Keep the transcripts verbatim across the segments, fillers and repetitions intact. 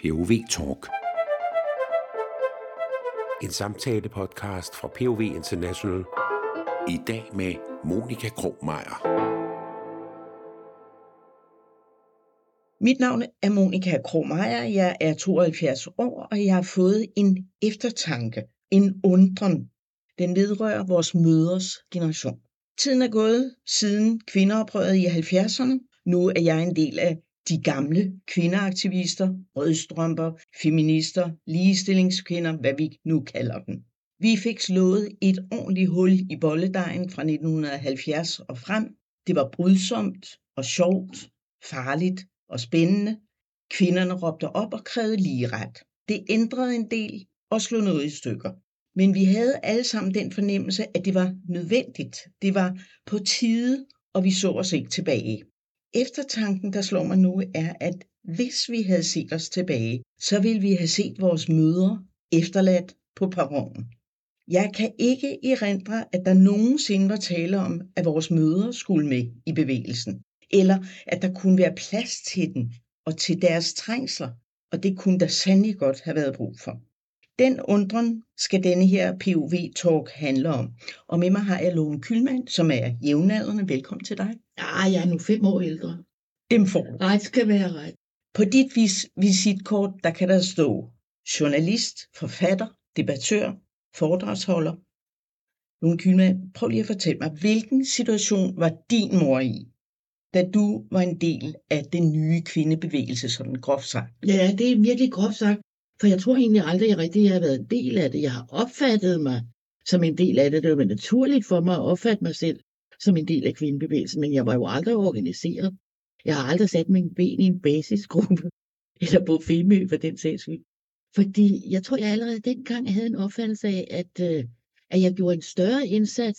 P O V Talk. En samtale-podcast fra P O V International. I dag med Monica Krogh-Meyer. Mit navn er Monica Krogh-Meyer. Jeg er tooghalvfjerds år, og jeg har fået en eftertanke, en undren. Den vedrører vores mødres generation. Tiden er gået siden kvindeoprøret i halvfjerdserne. Nu er jeg en del af de gamle kvindeaktivister, rødstrømper, feminister, ligestillingskvinder, hvad vi nu kalder dem. Vi fik slået et ordentligt hul i bolledejen fra nitten halvfjerds og frem. Det var brydsomt og sjovt, farligt og spændende. Kvinderne råbte op og krævede ligeret. Det ændrede en del og slog noget i stykker. Men vi havde alle sammen den fornemmelse, at det var nødvendigt. Det var på tide, og vi så os ikke tilbage. Eftertanken, der slår mig nu, er, at hvis vi havde set os tilbage, så ville vi have set vores mødre efterladt på perronen. Jeg kan ikke erindre, at der nogensinde var tale om, at vores mødre skulle med i bevægelsen, eller at der kunne være plads til den og til deres trængsler, og det kunne der sandelig godt have været brug for. Den undren skal denne her P O V-talk handle om. Og med mig har jeg Lone Kühlmann, som er jævnaldrende. Velkommen til dig. Ja, jeg er nu fem år ældre. Dem får du. Ret skal være ret. På dit vis- visitkort, der kan der stå journalist, forfatter, debattør, foredragsholder. Lone Kühlmann, prøv lige at fortælle mig, hvilken situation var din mor i, da du var en del af den nye kvindebevægelse, sådan groft sagt? Ja, det er virkelig groft sagt. For jeg tror egentlig aldrig, jeg rigtig har været en del af det. Jeg har opfattet mig som en del af det. Det var naturligt for mig at opfatte mig selv som en del af kvindebevægelsen, men jeg var jo aldrig organiseret. Jeg har aldrig sat min ben i en basisgruppe, eller på Femø for den sags skyld. Fordi jeg tror, jeg allerede dengang havde en opfattelse af, at, øh, at jeg gjorde en større indsats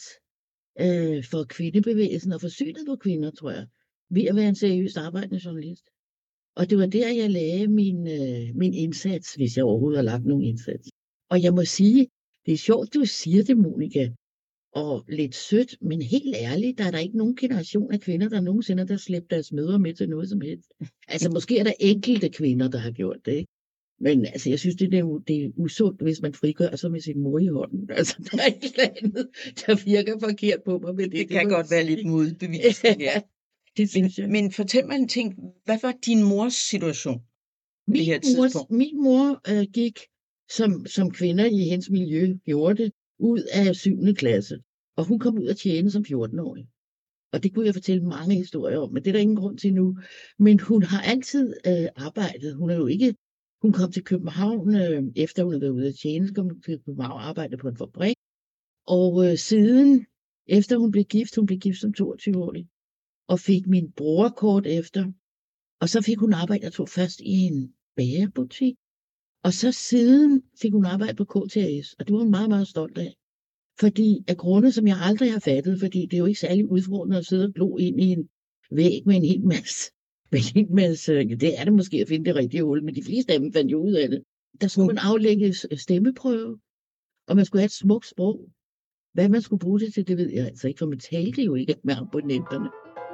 øh, for kvindebevægelsen og for synet på kvinder, tror jeg, ved at være en seriøst arbejdende journalist. Og det var der, jeg lagde min, øh, min indsats, hvis jeg overhovedet har lagt nogen indsats. Og jeg må sige, det er sjovt, du siger det, Monica. Og lidt sødt, men helt ærligt, der er der ikke nogen generation af kvinder, der nogensinde har slæbt deres mødre med til noget som helst. Altså, måske er der enkelte kvinder, der har gjort det, ikke? Men altså, jeg synes, det er, det er usundt, hvis man frigør sig med sin mor i hånden. Altså, der er et eller andet, der virker forkert på mig. Men det, det, det det kan godt være lidt modbevisende, ja. Det synes jeg. Men, men fortæl mig en ting. Hvad var din mors situation på det her tidspunkt? Mors, min mor øh, gik, som, som kvinder i hendes miljø gjorde det, ud af syvende klasse. Og hun kom ud at tjene som fjorten-årig. Og det kunne jeg fortælle mange historier om, men det er der ingen grund til nu. Men hun har altid øh, arbejdet. Hun er jo ikke... Hun kom til København, øh, efter hun havde været ude at tjene, så kom hun til København og arbejdede på en fabrik. Og øh, siden, efter hun blev gift, hun blev gift som toogtyve-årig, og fik min bror kort efter. Og så fik hun arbejde, jeg tror først i en bagerbutik. Og så siden fik hun arbejde på K T S, og det var hun meget, meget stolt af. Fordi af grunde, som jeg aldrig har fattet, fordi det er jo ikke særlig udfordrende at sidde og glo ind i en væg med en hel masse. Med en hel masse, ja, det er det måske at finde det rigtige hul, men de fleste af dem fandt jo ud af det. Der skulle man aflægge stemmeprøve, og man skulle have et smukt sprog. Hvad man skulle bruge det til, det ved jeg altså ikke, for man talte jo ikke med abonnenterne.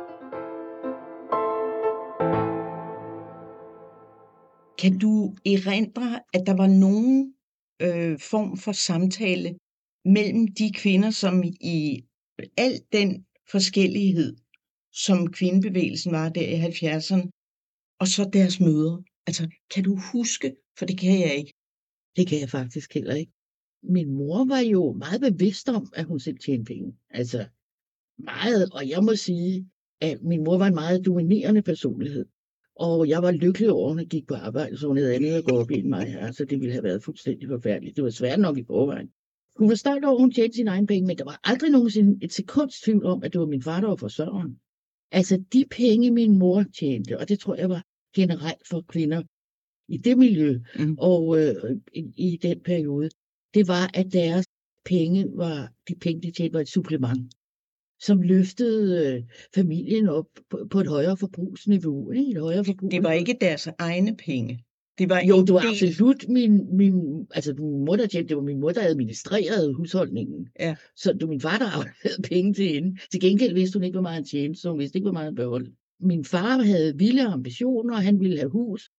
Kan du erindre, at der var nogen øh, form for samtale mellem de kvinder, som i al den forskellighed, som kvindebevægelsen var der i halvfjerdserne, og så deres mødre? Altså, kan du huske? For det kan jeg ikke. Det kan jeg faktisk heller ikke. Min mor var jo meget bevidst om, at hun selv tjente penge. Altså, meget. Og jeg må sige, at min mor var en meget dominerende personlighed. Og jeg var lykkelig over, at hun gik på arbejde, så hun havde andet at gå op i end mig. Altså, det ville have været fuldstændig forfærdeligt. Det var svært nok i forvejen. Hun var stolt over, at hun tjente sine egne penge, men der var aldrig nogensinde et sekunds tvivl om, at det var min far, der var forsørgeren. Altså, de penge, min mor tjente, og det tror jeg var generelt for kvinder i det miljø, mm. og øh, i, i den periode, det var, at deres penge var, de penge, de tjente, var et supplement, som løftede øh, familien op på, på et højere forbrugsniveau. Ikke? Et højere forbrug. Det var ikke deres egne penge. Det var jo, det var del... absolut min, min, altså min mor, der tjente, det var min mor, der administrerede husholdningen. Ja. Så det var min far, der afleverede penge til hende. Til gengæld vidste hun ikke, hvor meget han tjente, så hun vidste ikke, hvor meget han beholdte. Min far havde vilde ambitioner, og han ville have hus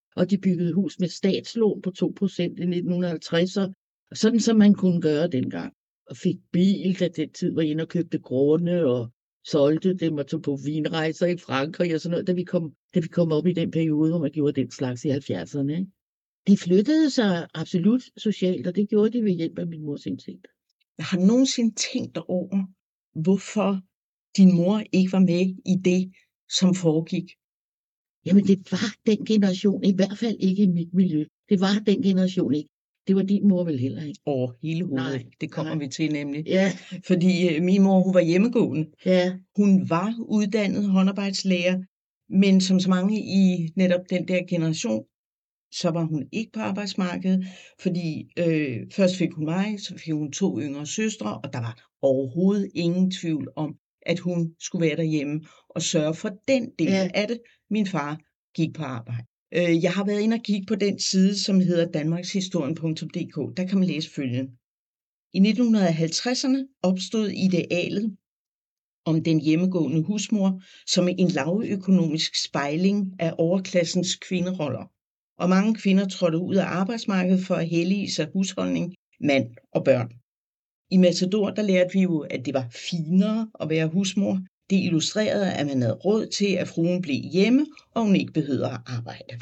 og de byggede hus med statslån på to procent i nitten halvtreds, sådan som man kunne gøre dengang. Og fik bil, da den tid var inde og købte grunde og solgte dem og tog på vinrejser i Frankrig og sådan noget, da vi kom, da vi kom op i den periode, hvor man gjorde den slags i halvfjerdserne. Ikke? De flyttede sig absolut socialt, og det gjorde de ved hjælp af min mors indtægt. Jeg har nogensinde tænkt over, hvorfor din mor ikke var med i det, som foregik. Jamen, det var den generation, i hvert fald ikke i mit miljø. Det var den generation ikke. Det var din mor vel heller ikke. Over hele hovedet. Nej, det kommer nej. vi til nemlig. Ja, Fordi øh, min mor, hun var hjemmegående. ja, Hun var uddannet håndarbejdslærer, men som så mange i netop den der generation, så var hun ikke på arbejdsmarkedet, fordi øh, først fik hun mig, så fik hun to yngre søstre, og der var overhovedet ingen tvivl om, at hun skulle være derhjemme og sørge for den del Ja. af det. Min far gik på arbejde. Øh, jeg har været inde og kigge på den side, som hedder danmarkshistorien punktum d k. Der kan man læse følgende. I nitten halvtredserne opstod idealet om den hjemmegående husmor som en lavøkonomisk spejling af overklassens kvinderoller. Og mange kvinder trådte ud af arbejdsmarkedet for at hellige sig husholdning, mand og børn. I Matador, der lærte vi jo, at det var finere at være husmor. Det illustrerede, at man havde råd til, at fruen blev hjemme, og hun ikke behøvede at arbejde.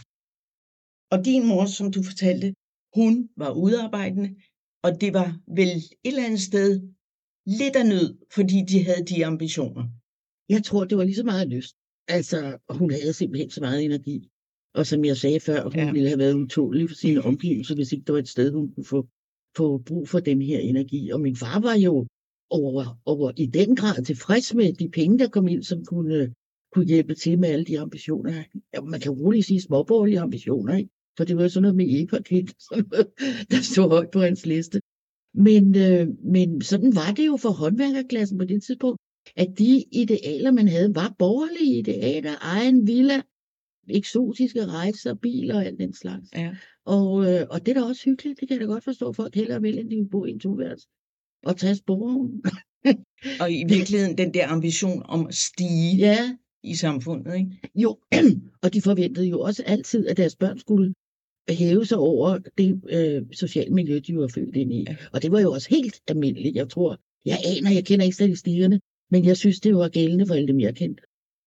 Og din mor, som du fortalte, hun var udarbejdende, og det var vel et eller andet sted lidt af nød, fordi de havde de ambitioner. jeg tror, det var lige så meget lyst. Altså, hun havde simpelthen så meget energi. Og som jeg sagde før, hun Ja. ja. ville have været utålig for sine omgivelser, hvis ikke der var et sted, hun kunne få, få brug for den her energi. Og min far var jo over, over i den grad tilfreds med de penge, der kom ind, som kunne, kunne hjælpe til med alle de ambitioner. Ja, man kan roligt sige småborgerlige ambitioner, ikke? For det var jo sådan noget med e-paket, der stod højt på hans liste. Men, øh, men sådan var det jo for håndværkerklassen på det tidspunkt, at de idealer, man havde, var borgerlige idealer, egen villa, eksotiske rejser, biler og alt den slags. Ja. Og, øh, og det er da også hyggeligt, det kan jeg da godt forstå, folk hellere vil, end de vil bo i en toværelse og tage sporvognen. Og i virkeligheden den der ambition om at stige Ja, i samfundet, ikke? jo, og de forventede jo også altid, at deres børn skulle hæve sig over det øh, sociale miljø, de var født ind i. Ja. Og det var jo også helt almindeligt, jeg tror. Jeg aner, jeg kender ikke statistikkerne, men jeg synes, det var gældende for alle dem, jeg kendte.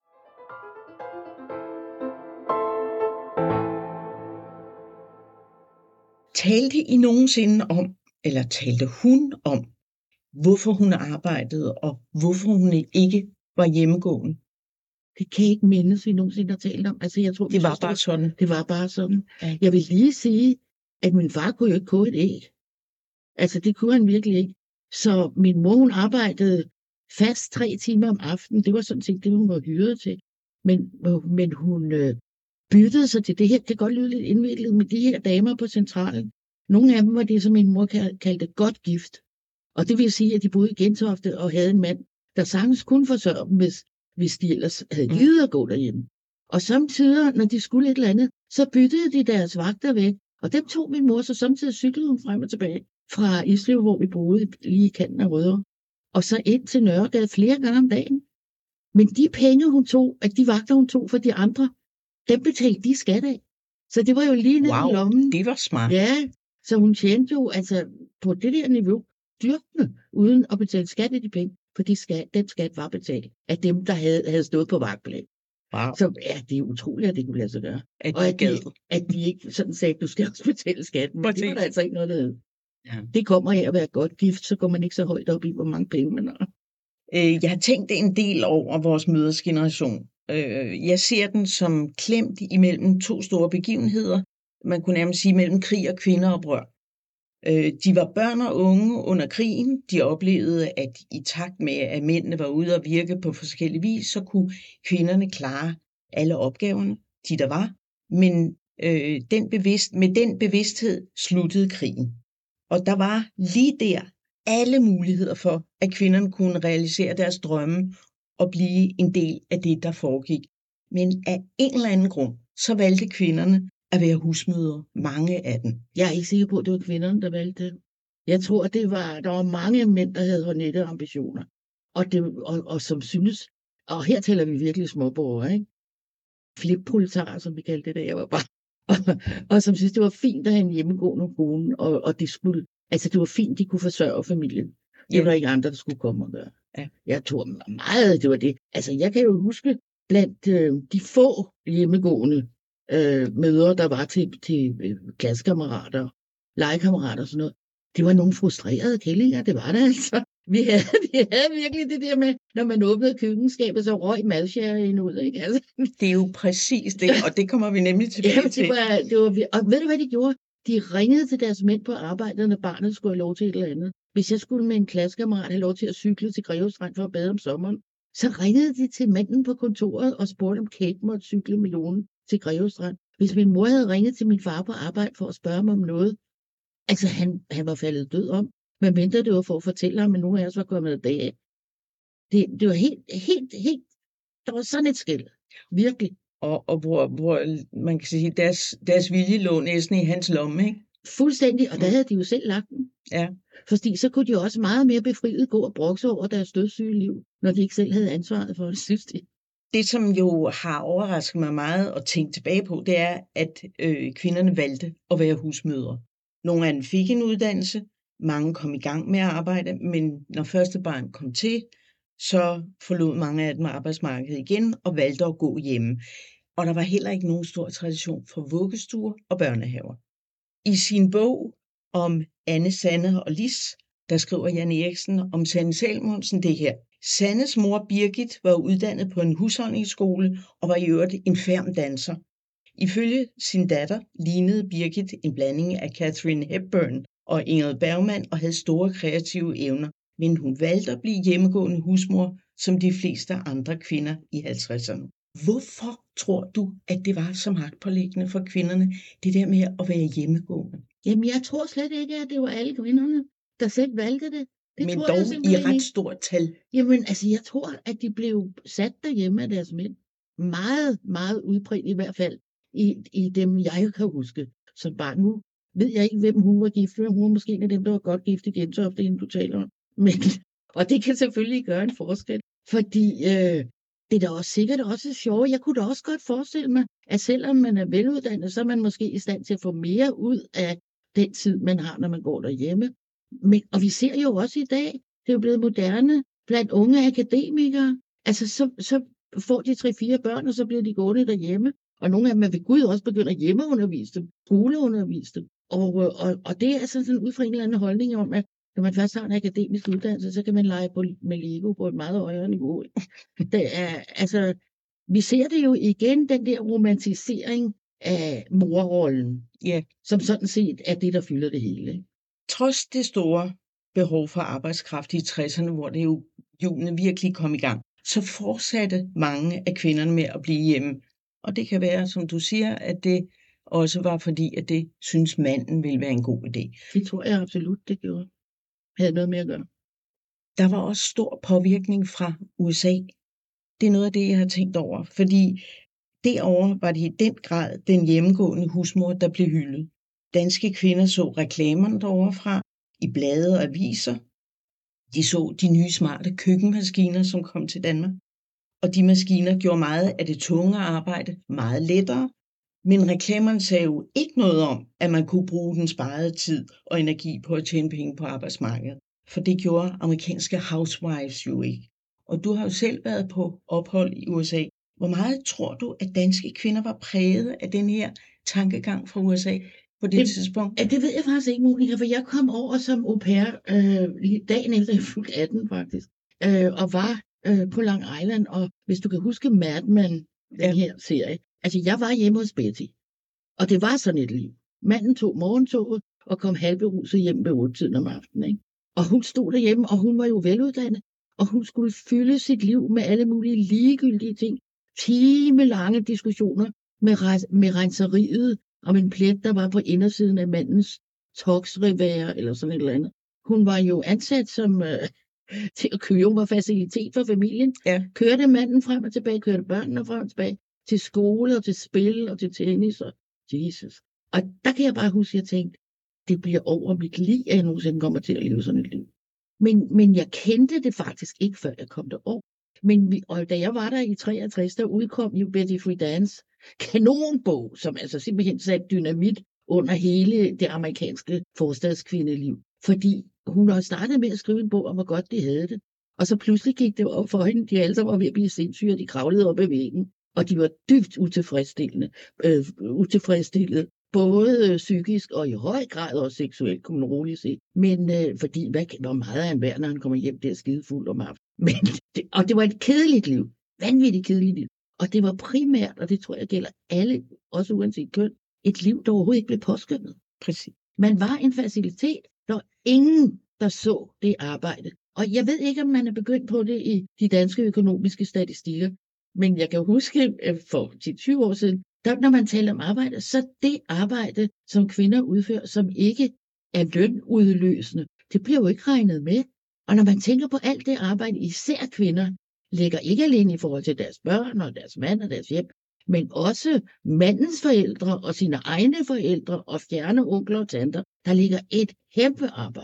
Talte I nogensinde om, eller talte hun om, hvorfor hun arbejdede, og hvorfor hun ikke var hjemmegående? Det kan jeg ikke mindes, vi nogensinde har talt om. Altså, jeg tror, vi Det var synes, bare sådan. Det var bare sådan. Ja. Jeg vil lige sige, at min far kunne jo ikke koge et æg. Altså, det kunne han virkelig ikke. Så min mor, hun arbejdede fast tre timer om aftenen. Det var sådan set det, hun var hyret til. Men, men hun øh, byttede sig til det her. Det kan godt lyde lidt indviklet med de her damer på centralen. Nogle af dem var det, som min mor kaldte godt gift. Og det vil sige, at de boede i Gentofte og havde en mand, der sagtens kunne forsørge dem, hvis, hvis de ellers havde givet at gå derhjemme. Og samtidig, når de skulle et eller andet, så byttede de deres vagter væk. Og dem tog min mor, så samtidig cyklede hun frem og tilbage fra Islev, hvor vi boede lige i kanten af Rødovre, og så ind til Nørregade flere gange om dagen. Men de penge, hun tog, at de vagter, hun tog for de andre, dem betalte de skat af. Så det var jo lige nede i lommen. Wow, det var smart. Ja, så hun tjente jo altså på det der niveau dyrkende, uden at betale skat af de penge, for de skat, den skat var betalt af dem, der havde, havde stået på vagtplan. Wow, Så ja, det er utroligt, at det kunne lade sig gøre. at Og de at de, gad. at de ikke sådan sagde, at du skal også betale skat, men det var Præcis. der altså ikke noget, der hed. Ja. Det kommer af at være godt gift, så går man ikke så højt op i, hvor mange penge man har. Øh, jeg har tænkt en del over vores mødres generation. Øh, jeg ser den som klemt imellem to store begivenheder. Man kunne nærmest sige mellem krig og kvindeoprør. Øh, de var børn og unge under krigen. De oplevede, at i takt med, at mændene var ude og virke på forskellige vis, så kunne kvinderne klare alle opgaverne, de der var. Men øh, den bevidst, med den bevidsthed sluttede krigen. Og der var lige der alle muligheder for, at kvinderne kunne realisere deres drømme og blive en del af det, der foregik. Men af en eller anden grund, så valgte kvinderne at være husmødre, mange af dem. Jeg er ikke sikker på, at det var kvinderne, der valgte det. Jeg tror, at det var, der var mange mænd, der havde hårdnætte ambitioner. Og, det, og, og som synes, og her taler vi virkelig småborgere, ikke? Flipproletarer, som vi kaldte det, da jeg var bare. Og, og som synes, det var fint at have en hjemmegående kone, og, og det skulle, altså det var fint, de kunne forsørge familien. Det var Ja. der ikke andre, der skulle komme og gøre. Ja. Jeg tror meget, det var det. Altså jeg kan jo huske, blandt øh, de få hjemmegående øh, mødre, der var til, til øh, klassekammerater, legekammerater og sådan noget, det var nogle frustrerede kællinger, det var det altså. Vi havde, vi havde virkelig det der med, når man åbnede køkkenskabet, så røg madskæren ud, ikke? Altså. Det er jo præcis det, og det kommer vi nemlig tilbage Jamen, til. det var, det var, og ved du, hvad de gjorde? De ringede til deres mænd på arbejdet, når barnet skulle have lov til et eller andet. Hvis jeg skulle med en klassekammerat have lov til at cykle til Greve Strand for at bade om sommeren, så ringede de til manden på kontoret og spurgte, om Kate måtte cykle med Lone til Greve Strand. Hvis min mor havde ringet til min far på arbejde for at spørge ham om noget, altså han, han var faldet død om, men mindre det var for at fortælle ham, at nogen af os var kommet af dag af. Det, det var helt, helt, helt, der var sådan et skæld. Virkelig. Og, og hvor, hvor man kan sige, deres, deres vilje lå næsten i hans lomme, ikke? Fuldstændig, og der havde de jo selv lagt den. Ja. Fordi så kunne de også meget mere befriet gå og brokse over deres dødssyge liv, når de ikke selv havde ansvaret for det, synes de. Det, som jo har overrasket mig meget at tænke tilbage på, det er, at øh, kvinderne valgte at være husmødre. Nogle af dem fik en uddannelse, mange kom i gang med at arbejde, men når første barn kom til, så forlod mange af dem arbejdsmarkedet igen og valgte at gå hjemme. Og der var heller ikke nogen stor tradition for vuggestuer og børnehaver. I sin bog om Anne, Sanne og Lis, der skriver Jan Eriksen om Sanne Salomonsen det her. Sannes mor Birgit var uddannet på en husholdningsskole og var i øvrigt en ferm danser. Ifølge sin datter lignede Birgit en blanding af Katharine Hepburn og Ingrid Bergman og havde store kreative evner, men hun valgte at blive hjemmegående husmor som de fleste andre kvinder i halvtredserne. Hvorfor tror du, at det var så magtpåliggende for kvinderne, det der med at være hjemmegående? Jamen, jeg tror slet ikke, at det var alle kvinderne, der selv valgte det. Det Men tror dog jeg i simpelthen ret ikke. stort tal. Jamen, altså, jeg tror, at de blev sat derhjemme af deres mænd. Meget, meget udbredt i hvert fald, i, i dem, jeg kan huske som barn. Nu ved jeg ikke, hvem hun var gift med. Hun var måske en af dem, der var godt gift i Gentofte, inden du taler om. Men, og det kan selvfølgelig gøre en forskel, fordi øh, det er da også sikkert også sjovt. Jeg kunne da også godt forestille mig, at selvom man er veluddannet, så er man måske i stand til at få mere ud af den tid, man har, når man går derhjemme. Men, og vi ser jo også i dag, det er jo blevet moderne blandt unge akademikere. Altså, så, så får de tre-fire børn, og så bliver de gående derhjemme. Og nogle af dem er ved Gud også begyndt at hjemmeundervise dem, skoleundervise dem. Og, og, og det er sådan, sådan ud fra en eller anden holdning om, at når man først har en akademisk uddannelse, så kan man lege på, med Lego på et meget højere niveau. Det er, altså, vi ser det jo igen, den der romantisering af morrollen, Ja. som sådan set er det, der fylder det hele. Trods det store behov for arbejdskraft i tresserne, hvor det jo hjulene virkelig kom i gang, så fortsatte mange af kvinderne med at blive hjemme. Og det kan være, som du siger, at det også var fordi, at det synes manden ville være en god idé. Det tror jeg absolut, det gjorde. Havde noget med at gøre. Der var også stor påvirkning fra U S A. Det er noget af det, jeg har tænkt over, fordi derovre var det i den grad den hjemmegående husmor, der blev hyldet. Danske kvinder så reklamerne derovre fra i blade og aviser. De så de nye smarte køkkenmaskiner, som kom til Danmark. Og de maskiner gjorde meget af det tunge arbejde meget lettere. Men reklamerne sagde jo ikke noget om, at man kunne bruge den sparede tid og energi på at tjene penge på arbejdsmarkedet. For det gjorde amerikanske housewives jo ikke. Og du har jo selv været på ophold i U S A. Hvor meget tror du, at danske kvinder var præget af den her tankegang fra U S A på det, det tidspunkt? Ja, det ved jeg faktisk ikke, Monika, for jeg kom over som au pair øh, dagen efter jeg fyldte atten faktisk, øh, og var øh, på Long Island, og hvis du kan huske Mad Men, den Ja. her serie, altså jeg var hjemme hos Betty, og det var sådan et liv. Manden tog morgentoget og kom halvberuset hjem ved otte-tiden om aftenen, ikke? Og hun stod derhjemme, og hun var jo veluddannet, og hun skulle fylde sit liv med alle mulige ligegyldige ting. Timelange diskussioner med, med renseriet om en plet, der var på indersiden af mandens togsrevær eller sådan et eller andet. Hun var jo ansat som øh, til at køre, hun var facilitet for familien. Ja. Kørte manden frem og tilbage, kørte børnene frem og tilbage til skole og til spil og til tennis og Jesus. Og der kan jeg bare huske, at jeg tænkte, det bliver over mit liv, at jeg nogensinde kommer til at leve sådan et liv. Men, men jeg kendte det faktisk ikke, før jeg kom derover. Men vi, og da jeg var der i treogtres, der udkom jo Betty Friedan's kanonbog, som altså simpelthen satte dynamit under hele det amerikanske forstadskvindeliv. Fordi hun har startet med at skrive en bog om, hvor godt de havde det. Og så pludselig gik det op for hende, de alle sammen var ved at blive sindssyge, og de kravlede op ad væggen. Og de var dybt utilfredsstillende. Øh, utilfredsstillede. Både psykisk og i høj grad også seksuelt, kunne man roligt se. Men øh, fordi, hvad, hvor meget er han værd, når han kommer hjem der skidefuld om aftenen. Men det, og det var et kedeligt liv. Vanvittigt kedeligt liv. Og det var primært, og det tror jeg gælder alle, også uanset køn, et liv, der overhovedet ikke blev påskyndet. Præcis. Man var en facilitet, der var ingen, der så det arbejde. Og jeg ved ikke, om man er begyndt på det i de danske økonomiske statistikker, men jeg kan huske for ti til tyve år siden, der, når man taler om arbejde, så det arbejde, som kvinder udfører, som ikke er lønudløsende, det bliver jo ikke regnet med. Og når man tænker på alt det arbejde, især kvinder, lægger ikke alene i forhold til deres børn og deres mand og deres hjem, men også mandens forældre og sine egne forældre og fjerne onkler og tanter, der ligger et kæmpe arbejde.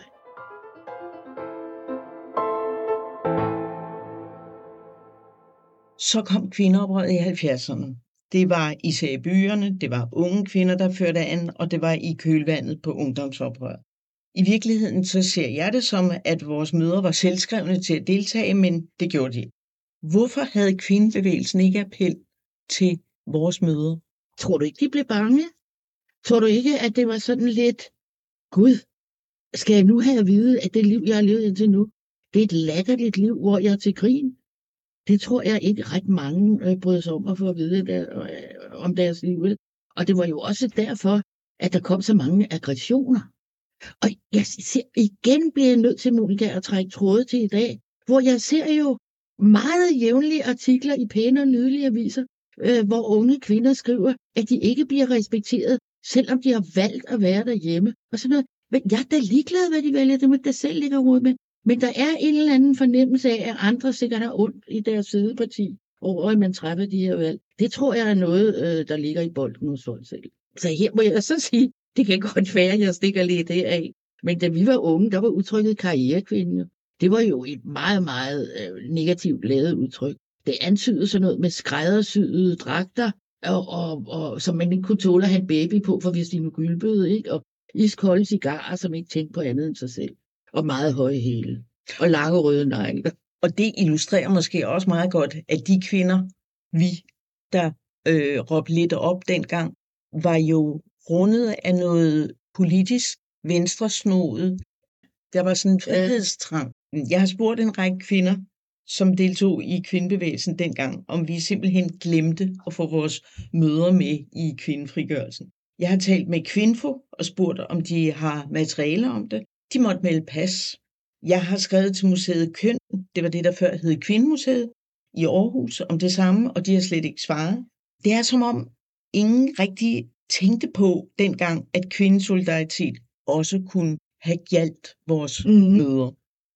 Så kom kvindeoprøret i halvfjerdserne. Det var især i byerne, det var unge kvinder, der førte an, og det var i kølvandet på ungdomsoprøret. I virkeligheden så ser jeg det som, at vores mødre var selvskrevne til at deltage, men det gjorde de. Hvorfor havde kvindebevægelsen ikke appel til vores mødre? Tror du ikke, de blev bange? Tror du ikke, at det var sådan lidt, Gud, skal jeg nu have at vide, at det liv, jeg har levet indtil nu, det er et latterligt liv, hvor jeg er til grin? Det tror jeg ikke ret mange øh, bryder sig om at få at vide der, øh, om deres liv. Og det var jo også derfor, at der kom så mange aggressioner. Og jeg ser, igen bliver jeg nødt til, Monica, at trække tråde til i dag, hvor jeg ser jo meget jævnlige artikler i pæne og nydelige aviser, øh, hvor unge kvinder skriver, at de ikke bliver respekteret, selvom de har valgt at være derhjemme. Og sådan noget. Men jeg er da ligeglad, hvad de vælger, det må der selv ligge råd med. Men der er en eller anden fornemmelse af, at andre sikkert har ondt i deres sideparti over, at man træffer de her valg. Det tror jeg er noget, øh, der ligger i bolden hos folk selv. Så her må jeg så sige, det kan godt være, at jeg stikker lidt deraf. Men da vi var unge, der var udtrykket karrierekvinde. Det var jo et meget, meget øh, negativt lavet udtryk. Det antydede sådan noget med skræddersyede dragter, og, og, og, som man ikke kunne tåle at have en baby på, for hvis de nu gylpede, ikke? Og iskolde cigarer, som ikke tænkte på andet end sig selv. Og meget høje hæle. Og lange røde negle. Og det illustrerer måske også meget godt, at de kvinder, vi, der øh, råbte lidt op dengang, var jo rundet af noget politisk venstresnodet. Der var sådan en frihedstrang. Jeg har spurgt en række kvinder, som deltog i kvindebevægelsen dengang, om vi simpelthen glemte at få vores mødre med i kvindefrigørelsen. Jeg har talt med Kvinfo og spurgt, om de har materialer om det. De måtte melde pas. Jeg har skrevet til museet Køn, det var det, der før hed Kvindemuseet, i Aarhus, om det samme, og de har slet ikke svaret. Det er som om ingen rigtig tænkte på dengang, at kvindesolidaritet også kunne have gjaldt vores mm. mødre.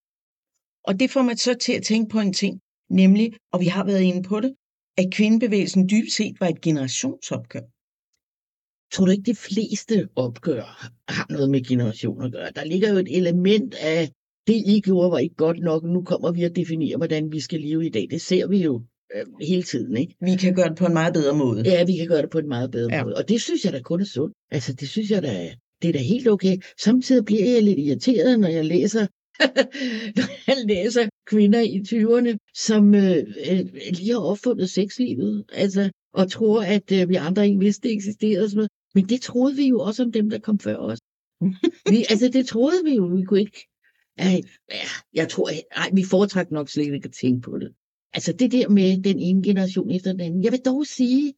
Og det får mig så til at tænke på en ting, nemlig, og vi har været inde på det, at kvindebevægelsen dybest set var et generationsopgør. Tror du ikke, de fleste opgør har noget med generationer at gøre? Der ligger jo et element af, det I gjorde var ikke godt nok, nu kommer vi at definere, hvordan vi skal leve i dag. Det ser vi jo øh, hele tiden, ikke? Vi kan gøre det på en meget bedre måde. Ja, vi kan gøre det på en meget bedre ja. måde. Og det synes jeg da kun er sundt. Altså, det synes jeg da, det er da helt okay. Samtidig bliver jeg lidt irriteret, når jeg læser, når jeg læser kvinder i tyverne, som øh, lige har opfundet sexlivet, altså, og tror, at øh, vi andre ikke vidste, det eksisterede og sådan noget. Men det troede vi jo også om dem, der kom før os. vi, altså, det troede vi jo, vi kunne ikke. Ej, jeg tror, ej, vi foretrækker nok slet ikke at tænke på det. Altså, det der med den ene generation efter den anden. Jeg vil dog sige,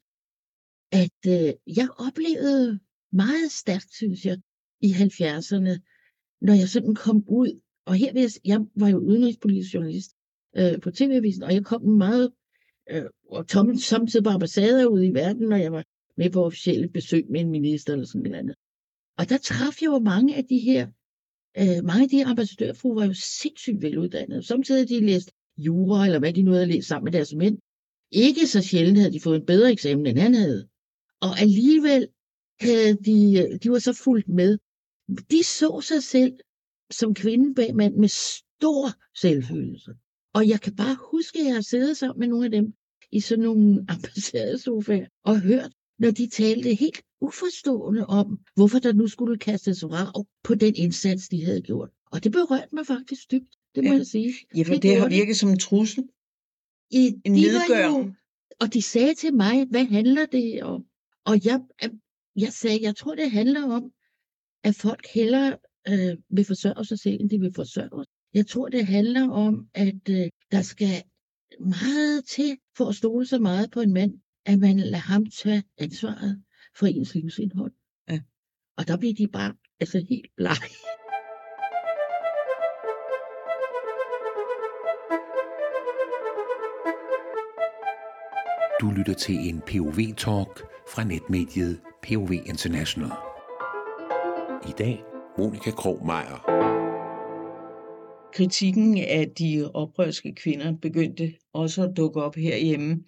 at øh, jeg oplevede meget stærkt, synes jeg, i halvfjerdserne, når jeg sådan kom ud. Og her vil jeg, jeg var jo udenrigspolitisk journalist øh, på T V-avisen, og jeg kom meget, øh, og tom, samtidig på ambassader ude i verden, når jeg var med på officielle besøg med en minister eller sådan noget andet. Og der traf jeg jo mange af de her, øh, mange af de her ambassadørfruer var jo sindssygt veluddannede. Samtidig havde de læst jura, eller hvad de nu havde læst sammen med deres mænd. Ikke så sjældent havde de fået en bedre eksamen, end han havde. Og alligevel havde de, de var så fuldt med. De så sig selv som kvinde bag mand med stor selvfølelse. Og jeg kan bare huske, at jeg har siddet sammen med nogle af dem i sådan nogle ambassadesofaer og hørt, når de talte helt uforstående om, hvorfor der nu skulle kastes vrag på den indsats, de havde gjort. Og det berørte mig faktisk dybt, det må Ja. jeg sige. Ja, for det, gjorde har virket som en trussel. I, En de var nedgørelse. jo, og de sagde til mig, hvad handler det om? Og jeg, jeg sagde, jeg tror, det handler om, at folk hellere øh, vil forsørge sig selv, end de vil forsørge os. Jeg tror, det handler om, at øh, der skal meget til for at stole så meget på en mand, at man lader ham tage ansvaret for ens livsindhold. Ja. Og der bliver de bare altså helt blege. Du lytter til en P O V-talk fra netmediet P O V International. I dag, Monica Krog-Meyer. Kritikken af de oprørske kvinder begyndte også at dukke op herhjemme.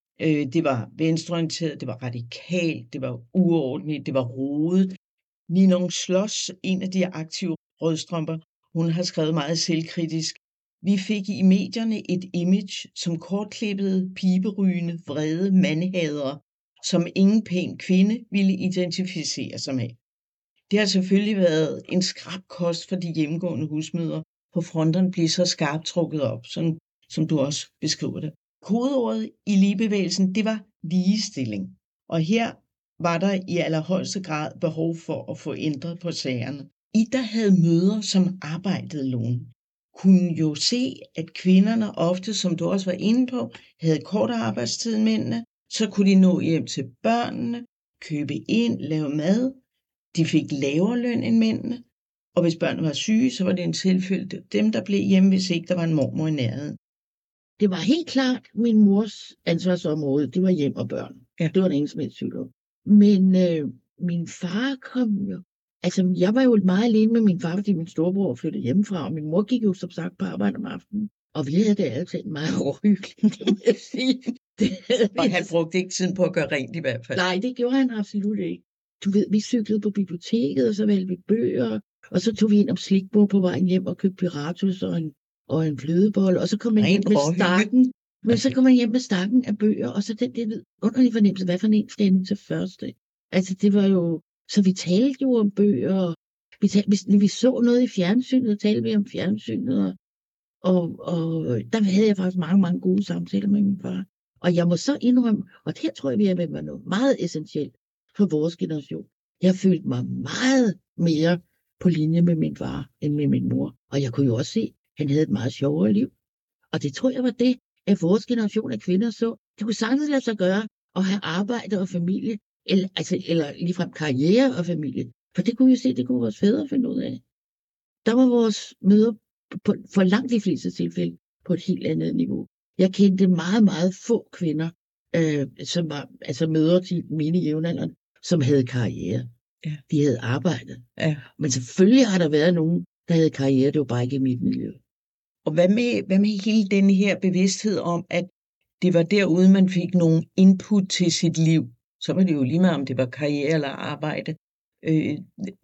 Det var venstreorienteret, det var radikalt, det var uordentligt, det var rodet. Ninon Schloss, en af de aktive rødstrømper, hun har skrevet meget selvkritisk. Vi fik i medierne et image, som kortklippede, piberygende, vrede mandehadere, som ingen pæn kvinde ville identificere sig med. Det har selvfølgelig været en skrap kost for de hjemmegående husmødre, på fronterne blev så skarpt trukket op, sådan, som du også beskriver det. Kodeordet i ligebevægelsen, det var ligestilling. Og her var der i allerhøjeste grad behov for at få ændret på sagerne. I, der havde mødre, som arbejdede lån, kunne jo se, at kvinderne ofte, som du også var inde på, havde kortere arbejdstid end mændene. Så kunne de nå hjem til børnene, købe ind, lave mad. De fik lavere løn end mændene. Og hvis børnene var syge, så var det en tilfælde dem, der blev hjemme, hvis ikke der var en mormor i nærheden. Det var helt klart min mors ansvarsområde. Det var hjem og børn. Ja. Det var der ingen som helst tvivl om. Men øh, min far kom jo... Altså, jeg var jo meget alene med min far, fordi min storebror flyttede hjemmefra, og min mor gik jo som sagt på arbejde om aftenen. Og vi havde det altid meget overhyggeligt, det må jeg sige. Det og han brugte ikke tiden på at gøre rent i hvert fald. Nej, det gjorde han absolut ikke. Du ved, vi cyklede på biblioteket, og så valgte vi bøger, og så tog vi ind om slikbord på vejen hjem og købte Piratus og en, og en flødebolle, og så kom man hjem med stakken. Men så kom man hjem med stakken af bøger, og så den der underlige fornemmelse, hvad for en skal jeg til første? Altså, det var jo... Så vi talte jo om bøger, og vi, talte, vi, vi så noget i fjernsynet, og talte vi om fjernsynet, og, og, og der havde jeg faktisk mange, mange gode samtaler med min far. Og jeg må så indrømme, og det tror jeg, vi er med mig noget meget essentielt for vores generation. Jeg følte mig meget mere på linje med min far, end med min mor. Og jeg kunne jo også se, at han havde et meget sjovere liv. Og det tror jeg var det, at vores generation af kvinder så. Det kunne sagtens lade sig gøre at have arbejde og familie, eller, altså, eller ligefrem karriere og familie. For det kunne vi se, det kunne vores fædre finde ud af. Der var vores møder på, for langt de fleste tilfælde på et helt andet niveau. Jeg kendte meget, meget få kvinder, øh, som var altså mødre til mine jævnaldrende, som havde karriere. Ja. De havde arbejdet. Ja. Men selvfølgelig har der været nogen, der havde karriere, det var bare ikke i mit miljø. Og hvad med, hvad med hele den her bevidsthed om, at det var derude, man fik nogle input til sit liv? Så var det jo lige meget, om det var karriere eller arbejde. Øh,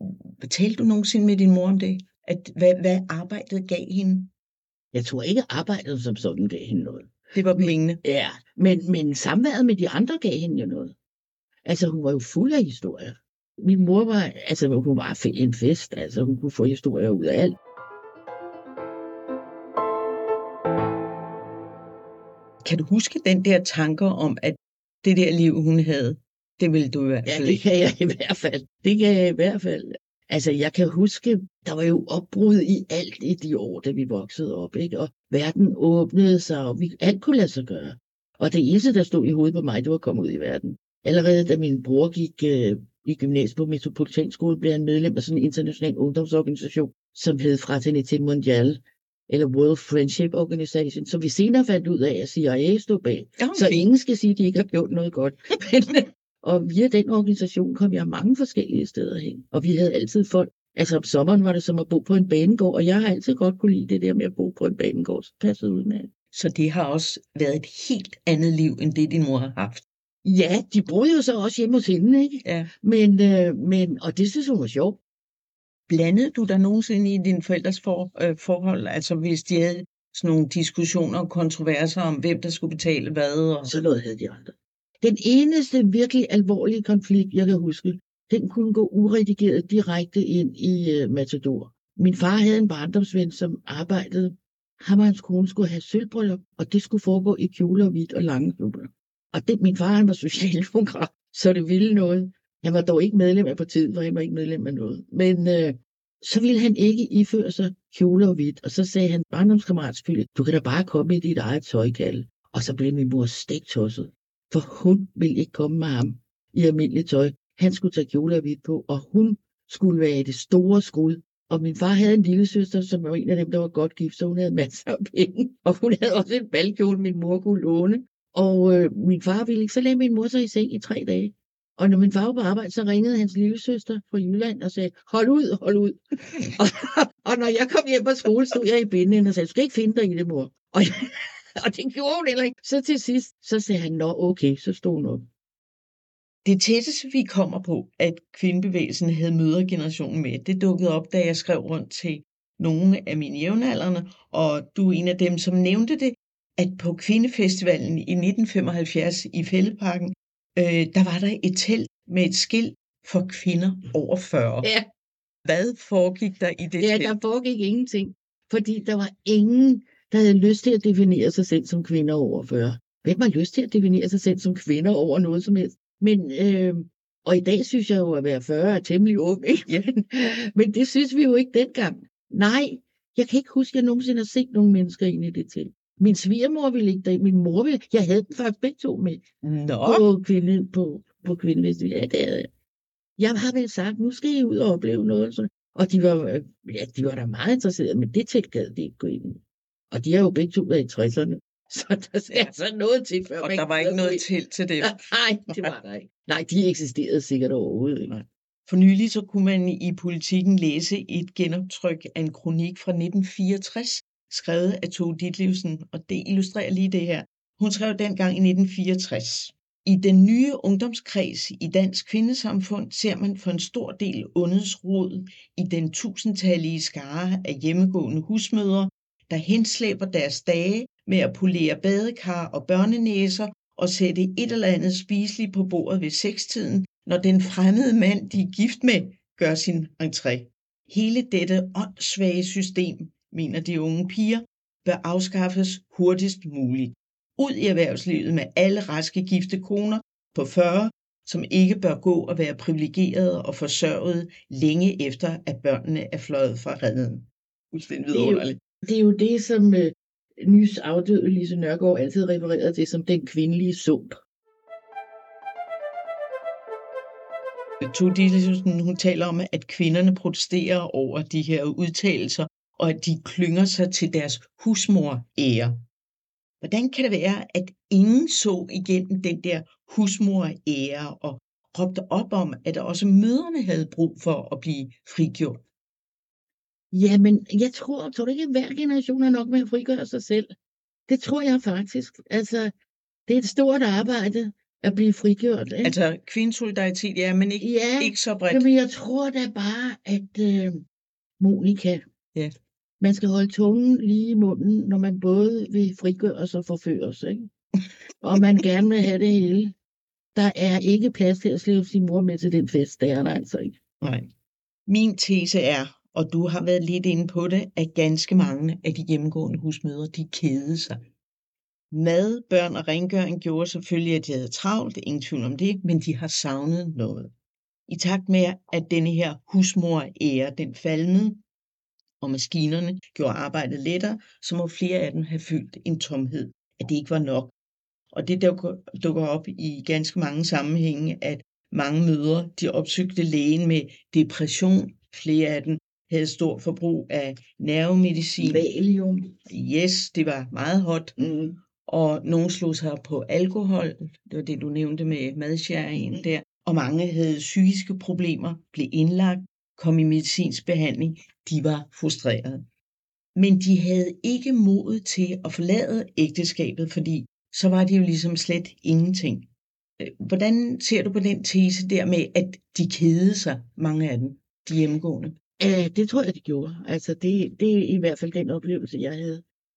talte du nogensinde med din mor om det? At, hvad, hvad arbejdet gav hende? Jeg tror ikke, arbejdet som sådan gav hende noget. Det var pengene. Ja, men, men samværet med de andre gav hende jo noget. Altså, hun var jo fuld af historier. Min mor var, altså, hun var en fest. Altså, hun kunne få historier ud af alt. Kan du huske den der tanker om, at det der liv, hun havde, det ville du i hvert fald Ja, det kan jeg i hvert fald. Det kan jeg i hvert fald. Altså, jeg kan huske, der var jo opbrud i alt i de år, da vi voksede op, ikke? Og verden åbnede sig, og vi, alt kunne lade sig gøre. Og det eneste, der stod i hovedet på mig, det var at komme ud i verden. Allerede da min bror gik øh, i gymnasiet på Metropolitanskole, blev han medlem af sådan en international ungdomsorganisation, som hed Fraternité Mondiale, eller World Friendship Organization, som vi senere fandt ud af, at C I A stod bag. Okay. Så ingen skal sige, at de ikke har gjort noget godt. Og via den organisation kom jeg mange forskellige steder hen. Og vi havde altid folk, altså om sommeren var det som at bo på en banegård, og jeg har altid godt kunne lide det der med at bo på en banegård, så passede ud med. Så det har også været et helt andet liv, end det din mor har haft. Ja, de boede jo så også hjemme hos hende, ikke? Ja. Men, øh, men, og det synes hun var sjovt. Blandede du dig nogensinde i dine forældres for, øh, forhold? Altså hvis de havde sådan nogle diskussioner og kontroverser om, hvem der skulle betale hvad. Og... Så noget havde de andre. Den eneste virkelig alvorlige konflikt, jeg kan huske, den kunne gå uredigeret direkte ind i uh, Matador. Min far havde en barndomsven, som arbejdede. Ham og hans kone skulle have sølvbryllup, og det skulle foregå i kjoler og hvidt og lange kjoler. Og det, min far han var socialdemokrat, så det ville noget. Han var dog ikke medlem af partiet, for han var ikke medlem af noget. Men øh, så ville han ikke iføre sig kjoler og hvidt, og så sagde han barndomskammerat selvfølgelig, du kan da bare komme i dit eget tøjkalle. Og så blev min mor stegtosset, for hun ville ikke komme med ham i almindeligt tøj. Han skulle tage kjoler og hvidt på, og hun skulle være i det store skud. Og min far havde en lille søster, som var en af dem, der var godt gift, så hun havde masser af penge. Og hun havde også en balkjole, min mor kunne låne. Og øh, min far ville ikke, så lagde min mor sig i seng i tre dage. Og når min far var på arbejde, så ringede hans lille søster fra Jylland og sagde, hold ud, hold ud. og, og når jeg kom hjem fra skole, stod jeg i binden og sagde, du skal ikke finde dig i det, mor. Og, og det gjorde hun heller ikke. Så til sidst, så sagde han, nå okay, så stod hun op. Det tætteste, vi kommer på, at kvindebevægelsen havde mødregenerationen med, det dukkede op, da jeg skrev rundt til nogle af mine jævnaldrende, og du er en af dem, som nævnte det, at på Kvindefestivalen i nitten femoghalvfjerds i Fælledparken, øh, der var der et telt med et skilt for kvinder over fyrre. Ja. Hvad foregik der i det Ja, telt? der foregik ingenting, fordi der var ingen, der havde lyst til at definere sig selv som kvinder over fyrre. Hvem har lyst til at definere sig selv som kvinder over noget som helst? Men, øh, og i dag synes jeg jo, at være fyrre er temmelig ung, ikke? Ja. Men det synes vi jo ikke dengang. Nej, jeg kan ikke huske, at jeg nogensinde har set nogle mennesker ind i det telt. Min svigermor ville ikke derind, min mor ville. Jeg havde dem faktisk begge to med Nå. på, kvinde, på, på kvindefestival. Ja, det havde jeg. Jeg har vel sagt, nu skal I ud og opleve noget. Så. Og de var, ja, de var da meget interesserede, men det telt gad de ikke gå ind i. Og de har jo begge to været i tresserne. Så der skal altså noget til, før Og man der var ikke noget telt til det. Nej, det var der ikke. Nej, de eksisterede sikkert overhovedet ikke. For nylig så kunne man i Politikken læse et genoptryk af en kronik fra nitten fireogtres, skrevet af Tove Ditlevsen, og det illustrerer lige det her. Hun skrev dengang i nitten fireogtres. I den nye ungdomskreds i Dansk Kvindesamfund ser man for en stor del ondets rod i den tusindtallige skare af hjemmegående husmødre, der henslæber deres dage med at polere badekar og børnenæser og sætte et eller andet spiseligt på bordet ved sekstiden, når den fremmede mand, de er gift med, gør sin entré. Hele dette åndssvage system, mener de unge piger, bør afskaffes hurtigst muligt. Ud i erhvervslivet med alle raske gifte koner på fyrre, som ikke bør gå og være privilegerede og forsørget længe efter, at børnene er fløjet fra redden. Fuldstændig vidunderligt. Det er jo det, som øh, nys afdøde Lise Nørgaard altid refererede til som den kvindelige sump. Tove Ditlevsen, hun taler om, at kvinderne protesterer over de her udtalelser, og at de klynger sig til deres husmor-ære. Hvordan kan det være, at ingen så igennem den der husmor-ære og råbte op om, at også mødrene havde brug for at blive frigjort? Jamen, jeg tror, tror du ikke, at hver generation er nok med at frigøre sig selv? Det tror jeg faktisk. Altså, det er et stort arbejde at blive frigjort. Ikke? Altså, kvindesolidaritet, ja, men ikke, ja, ikke så bredt. Jamen, jeg tror da bare, at øh, Monica, ja. Man skal holde tungen lige i munden, når man både vil frigøre sig og forføres, ikke? Og man gerne vil have det hele. Der er ikke plads til at slæve sin mor med til den fest, der er der altså ikke. Nej. Min tese er, og du har været lidt inde på det, at ganske mange af de hjemmegående husmødre, de kedede sig. Mad, børn og rengøring gjorde selvfølgelig, at de havde travlt, ingen tvivl om det, men de har savnet noget. I takt med, at denne her husmor-ære, den faldede, og maskinerne gjorde arbejdet lettere, så må flere af dem have fyldt en tomhed, at det ikke var nok. Og det dukker op i ganske mange sammenhænge, at mange mødre, de opsøgte lægen med depression. Flere af dem havde stort forbrug af nervemedicin. Valium. Yes, det var meget hot. Mm. Og nogle slog sig på alkohol. Det var det, du nævnte med madsharingen der. Og mange havde psykiske problemer, blev indlagt, kom i medicinsk behandling. De var frustrerede. Men de havde ikke modet til at forlade ægteskabet, fordi så var det jo ligesom slet ingenting. Hvordan ser du på den tese der med, at de kedede sig, mange af dem, de hjemmegående? Ja, det tror jeg, de gjorde. Altså, det, det er i hvert fald den oplevelse, jeg havde.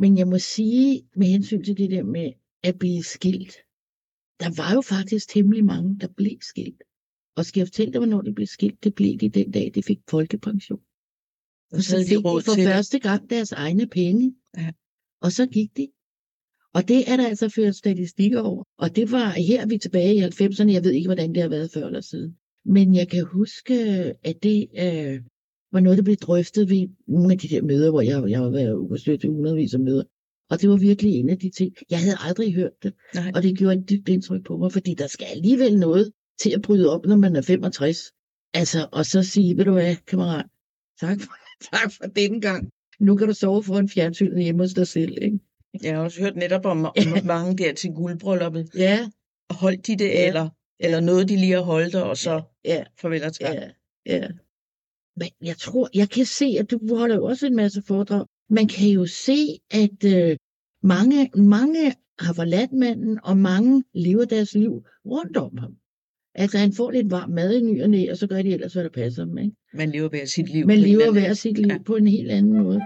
Men jeg må sige, med hensyn til det der med at blive skilt, der var jo faktisk temmelig mange, der blev skilt. Og skal jeg fortælle dig, hvornår de blev skilt? Det blev de den dag, de fik folkepension. Og så fik de for første gang deres egne penge. Ja. Og så gik de. Og det er der altså ført statistikker over. Og det var her, vi tilbage i halvfemserne. Jeg ved ikke, hvordan det har været før eller siden. Men jeg kan huske, at det øh, var noget, der blev drøftet ved nogle af de der møder, hvor jeg, jeg har været uforstødt i hundredvis af møder. Og det var virkelig en af de ting. Jeg havde aldrig hørt det. Nej. Og det gjorde et dybt indtryk på mig, fordi der skal alligevel noget til at bryde op, når man er femogtres. Altså, og så sige, ved du hvad, kammerat, tak for, tak for denne gang. Nu kan du sove foran fjernsynet hjemme hos dig selv, ikke? Jeg har også hørt netop om, om mange der til guldbrylluppet. Ja. Holdt de det, ja. eller, eller noget, de lige har holdt, og så ja. farvel og tak. Ja. Ja. Men jeg tror, jeg kan se, at du holder jo også en masse foredrag. Man kan jo se, at øh, mange, mange har forladt manden, og mange lever deres liv rundt om ham. Altså, han får lidt varm mad i ny og næ, og så gør de ellers, hvad der passer dem, ikke? Man lever hver sit liv. Man lever hver sit liv ja. på en helt anden måde.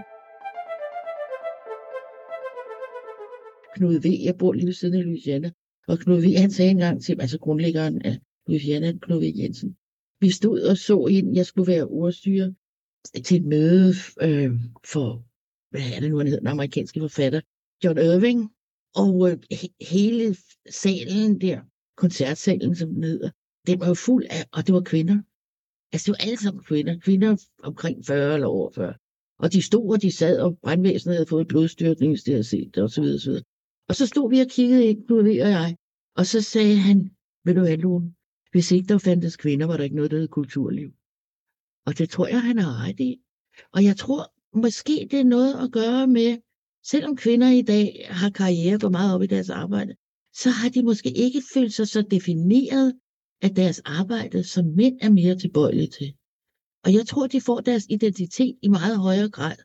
Knud V., jeg bor lige ved siden af Louisiana, og Knud V., han sagde engang til, altså grundlæggeren af Louisiana, Knud V. Jensen, vi stod og så ind, jeg skulle være ordstyrer til et møde øh, for, hvad er det nu, han hedder, den amerikanske forfatter, John Irving, og øh, hele salen der, koncertsalen, som den hedder, den var jo fuld af, og det var kvinder. Altså, det var alle sammen kvinder. Kvinder omkring fyrre eller over fyrre. Og de stod, og de sad, og brandvæsenet havde fået blodstyrtning, hvis de havde set det, og så videre, og så videre. Og så stod vi og kiggede ind, Knud V. og jeg, og så sagde han, ved du hvad, Lone, hvis ikke der fandtes kvinder, var der ikke noget, der hed kulturliv. Og det tror jeg, han har ret i. Og jeg tror, måske det er noget at gøre med, selvom kvinder i dag har karriere, går meget op i deres arbejde, så har de måske ikke følt sig så defineret af deres arbejde, som mænd er mere tilbøjelige til. Og jeg tror, de får deres identitet i meget højere grad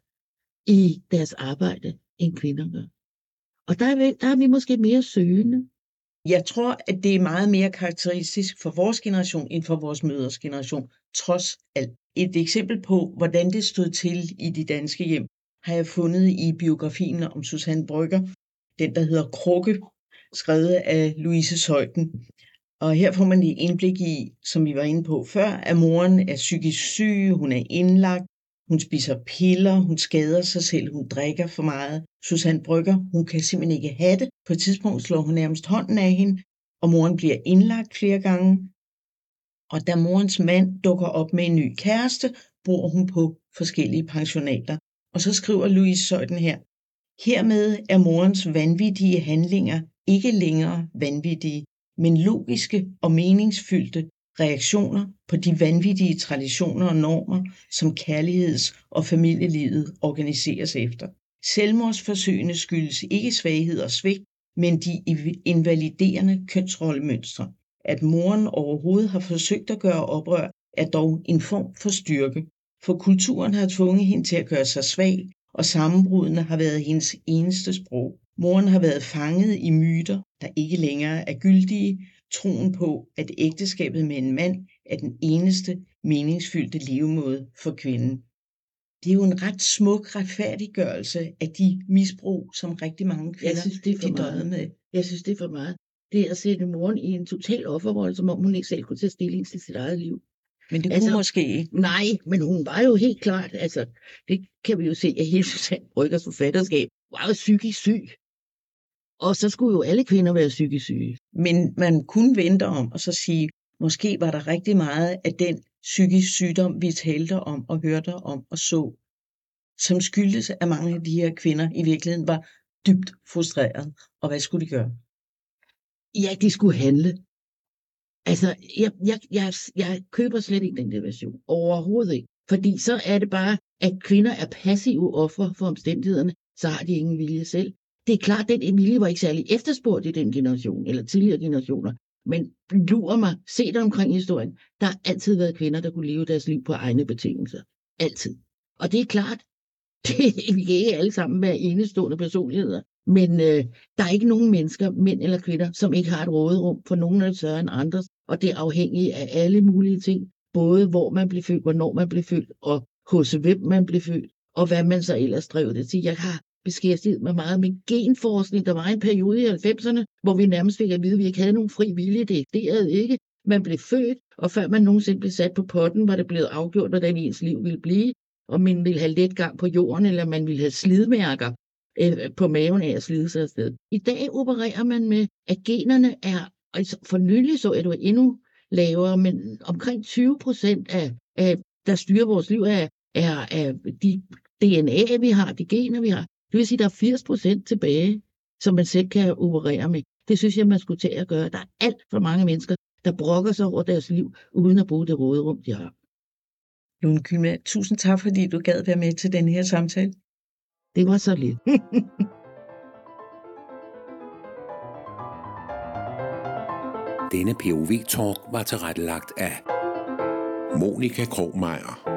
i deres arbejde, end kvinder gør. Og der er, vi, der er vi måske mere søgende. Jeg tror, at det er meget mere karakteristisk for vores generation, end for vores mødres generation, trods alt. Et eksempel på, hvordan det stod til i de danske hjem, har jeg fundet i biografien om Susanne Brøgger, den der hedder Krukke, skrevet af Louise Zeuthen. Og her får man et indblik i, som vi var inde på før, at moren er psykisk syg, hun er indlagt, hun spiser piller, hun skader sig selv, hun drikker for meget. Susanne Brøgger, hun kan simpelthen ikke have det. På et tidspunkt slår hun nærmest hånden af hende, og moren bliver indlagt flere gange. Og da morens mand dukker op med en ny kæreste, bor hun på forskellige pensionater. Og så skriver Louise Zeuthen her, hermed er morens vanvittige handlinger ikke længere vanvittige, men logiske og meningsfyldte reaktioner på de vanvittige traditioner og normer, som kærligheds- og familielivet organiseres efter. Selvmordsforsøgene skyldes ikke svaghed og svigt, men de invaliderende kønsrollemønstre. At moren overhovedet har forsøgt at gøre oprør, er dog en form for styrke, for kulturen har tvunget hende til at gøre sig svag, og sammenbruddene har været hendes eneste sprog. Moren har været fanget i myter, der ikke længere er gyldige, troen på, at ægteskabet med en mand er den eneste meningsfyldte levemåde for kvinden. Det er jo en ret smuk retfærdiggørelse af de misbrug, som rigtig mange kvinder Jeg synes, det er for de meget. døde med. Jeg synes, det er for meget. Det er at sætte moren i en total offerrolle, som om hun ikke selv kunne tage stilling til sit eget liv. Men det kunne Altså, måske ikke. Nej, men hun var jo helt klart, altså, det kan vi jo se af hele Susanne Brøggers forfatterskab, var jo psykisk syg. Og så skulle jo alle kvinder være psykisk syge. Men man kunne vente om og så sige, måske var der rigtig meget af den psykisk sygdom, vi talte om og hørte om og så, som skyldtes, at mange af de her kvinder i virkeligheden var dybt frustrerede. Og hvad skulle de gøre? Ja, de skulle handle. Altså, jeg, jeg, jeg, jeg køber slet ikke den der version. Overhovedet ikke. Fordi så er det bare, at kvinder er passive ofre for omstændighederne, så har de ingen vilje selv. Det er klart, at den vilje var ikke særlig efterspurgt i den generation, eller tidligere generationer. Men lurer mig, se dig omkring historien. Der har altid været kvinder, der kunne leve deres liv på egne betingelser. Altid. Og det er klart, det, vi kan ikke alle sammen være enestående personligheder. Men øh, der er ikke nogen mennesker, mænd eller kvinder, som ikke har et råderum, for nogen er det større end andres. Og det er afhængigt af alle mulige ting. Både hvor man blev født, hvornår man blev født, og hos hvem man blev født, og hvad man så ellers drev det til. Jeg har beskæftiget mig meget med genforskning. Der var en periode i halvfemserne, hvor vi nærmest fik at vide, at vi ikke havde nogen fri vilje. Det eksisterede ikke. Man blev født, og før man nogensinde blev sat på potten, var det blevet afgjort, hvordan ens liv ville blive. Om man ville have let gang på jorden, eller man ville have slidmærker på maven af at slide sig afsted. I dag opererer man med, at generne er, altså for nylig så er det endnu lavere, men omkring tyve procent af, af, der styrer vores liv, er, er, er de D N A, vi har, de gener, vi har. Det vil sige, at der er firs procent tilbage, som man selv kan operere med. Det synes jeg, man skulle tage at gøre. Der er alt for mange mennesker, der brokker sig over deres liv, uden at bruge det råderum, de har. Lone Kühlmann, tusind tak, fordi du gad være med til den her samtale. Det var så lidt. Denne P O V-talk var tilrettelagt af Monica Krogh Meyer.